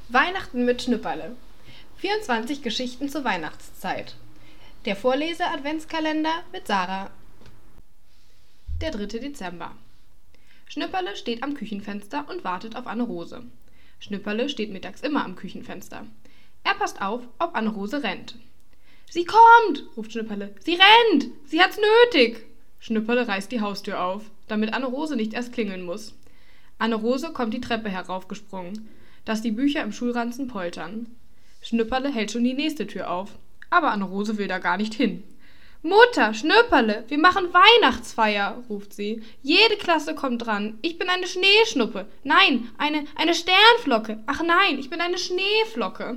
Weihnachten mit Schnipperle. 24 Geschichten zur Weihnachtszeit. Der Vorlese-Adventskalender mit Sarah. Der 3. Dezember. Schnipperle steht am Küchenfenster und wartet auf Anne-Rose. Schnipperle steht mittags immer am Küchenfenster. Er passt auf, ob Anne-Rose rennt. »Sie kommt«, ruft Schnipperle. »Sie rennt! Sie hat's nötig!« Schnipperle reißt die Haustür auf, damit Anne-Rose nicht erst klingeln muss. Anne-Rose kommt die Treppe heraufgesprungen, dass die Bücher im Schulranzen poltern. Schnipperle hält schon die nächste Tür auf, aber Anne-Rose will da gar nicht hin. »Mutter, Schnipperle, wir machen Weihnachtsfeier«, ruft sie. »Jede Klasse kommt dran. Ich bin eine Schneeschnuppe. Nein, eine Sternflocke. Ach nein, ich bin eine Schneeflocke.«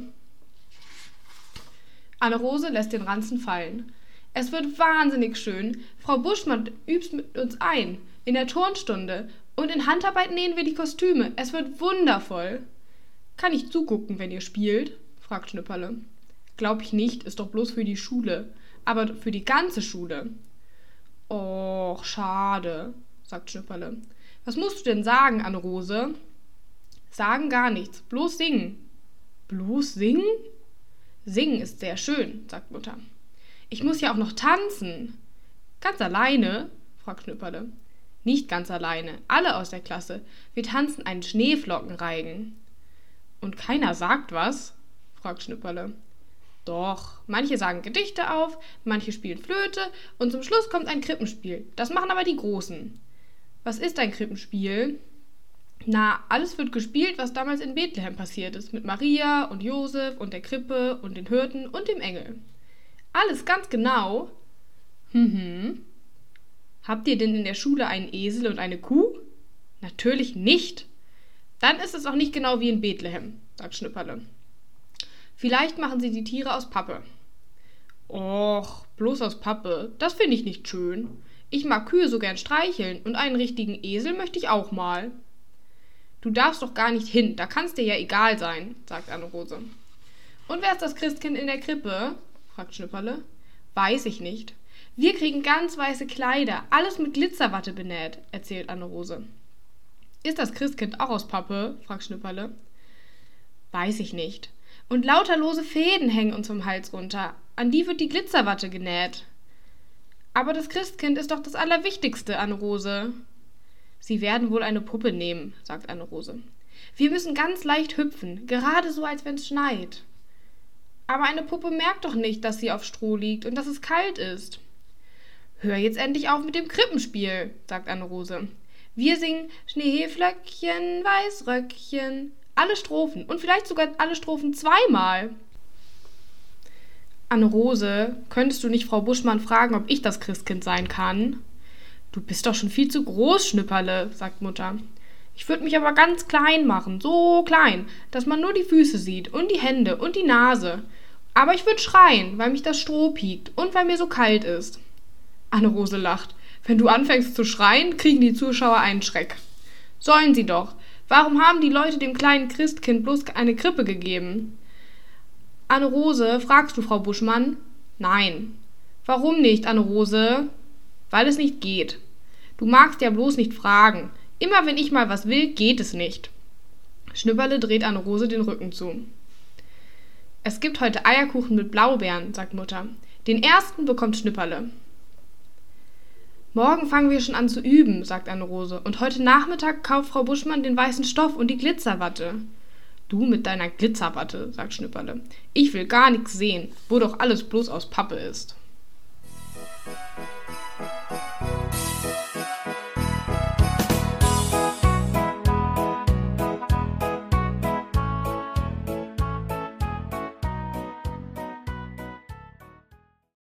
Anne-Rose lässt den Ranzen fallen. Es wird wahnsinnig schön. Frau Buschmann übt mit uns ein, in der Turnstunde. Und in Handarbeit nähen wir die Kostüme. Es wird wundervoll. »Kann ich zugucken, wenn ihr spielt?«, fragt Schnipperle. »Glaub ich nicht, ist doch bloß für die Schule. Aber für die ganze Schule.« »Och, schade«, sagt Schnipperle. »Was musst du denn sagen, Anne-Rose?« »Sagen gar nichts, bloß singen.« »Bloß singen?« »Singen ist sehr schön«, sagt Mutter. »Ich muss ja auch noch tanzen.« »Ganz alleine?«, fragt Schnipperle. »Nicht ganz alleine, alle aus der Klasse. Wir tanzen einen Schneeflockenreigen.« »Und keiner sagt was?«, fragt Schnipperle. »Doch, manche sagen Gedichte auf, manche spielen Flöte und zum Schluss kommt ein Krippenspiel. Das machen aber die Großen.« »Was ist ein Krippenspiel?« »Na, alles wird gespielt, was damals in Bethlehem passiert ist, mit Maria und Josef und der Krippe und den Hirten und dem Engel.« »Alles ganz genau?« »Habt ihr denn in der Schule einen Esel und eine Kuh?« »Natürlich nicht.« »Dann ist es auch nicht genau wie in Bethlehem«, sagt Schnipperle. »Vielleicht machen sie die Tiere aus Pappe.« »Och, bloß aus Pappe, das finde ich nicht schön. Ich mag Kühe so gern streicheln und einen richtigen Esel möchte ich auch mal.« »Du darfst doch gar nicht hin, da kann's dir ja egal sein«, sagt Anne-Rose. »Und wer ist das Christkind in der Krippe?«, fragt Schnipperle. »Weiß ich nicht. Wir kriegen ganz weiße Kleider, alles mit Glitzerwatte benäht«, erzählt Anne-Rose. »Ist das Christkind auch aus Pappe?«, fragt Schnipperle. »Weiß ich nicht. Und lauter lose Fäden hängen uns vom Hals runter, an die wird die Glitzerwatte genäht.« »Aber das Christkind ist doch das Allerwichtigste, Anne-Rose.« »Sie werden wohl eine Puppe nehmen«, sagt Anne-Rose. »Wir müssen ganz leicht hüpfen, gerade so, als wenn's schneit.« »Aber eine Puppe merkt doch nicht, dass sie auf Stroh liegt und dass es kalt ist.« »Hör jetzt endlich auf mit dem Krippenspiel«, sagt Anne-Rose. »Wir singen Schneeflöckchen, Weißröckchen, alle Strophen und vielleicht sogar alle Strophen zweimal.« »Anne-Rose, könntest du nicht Frau Buschmann fragen, ob ich das Christkind sein kann?« »Du bist doch schon viel zu groß, Schnipperle«, sagt Mutter. »Ich würde mich aber ganz klein machen, so klein, dass man nur die Füße sieht und die Hände und die Nase. Aber ich würde schreien, weil mich das Stroh piekt und weil mir so kalt ist.« Anne-Rose lacht. »Wenn du anfängst zu schreien, kriegen die Zuschauer einen Schreck.« »Sollen sie doch. Warum haben die Leute dem kleinen Christkind bloß eine Krippe gegeben?« »Anne-Rose, fragst du Frau Buschmann?« »Nein.« »Warum nicht, Anne-Rose?« »Weil es nicht geht. Du magst ja bloß nicht fragen. Immer wenn ich mal was will, geht es nicht.« Schnipperle dreht Anne-Rose den Rücken zu. »Es gibt heute Eierkuchen mit Blaubeeren«, sagt Mutter. »Den ersten bekommt Schnipperle.« »Morgen fangen wir schon an zu üben«, sagt Anne-Rose. »Und heute Nachmittag kauft Frau Buschmann den weißen Stoff und die Glitzerwatte.« »Du mit deiner Glitzerwatte«, sagt Schnipperle. »Ich will gar nichts sehen, wo doch alles bloß aus Pappe ist.«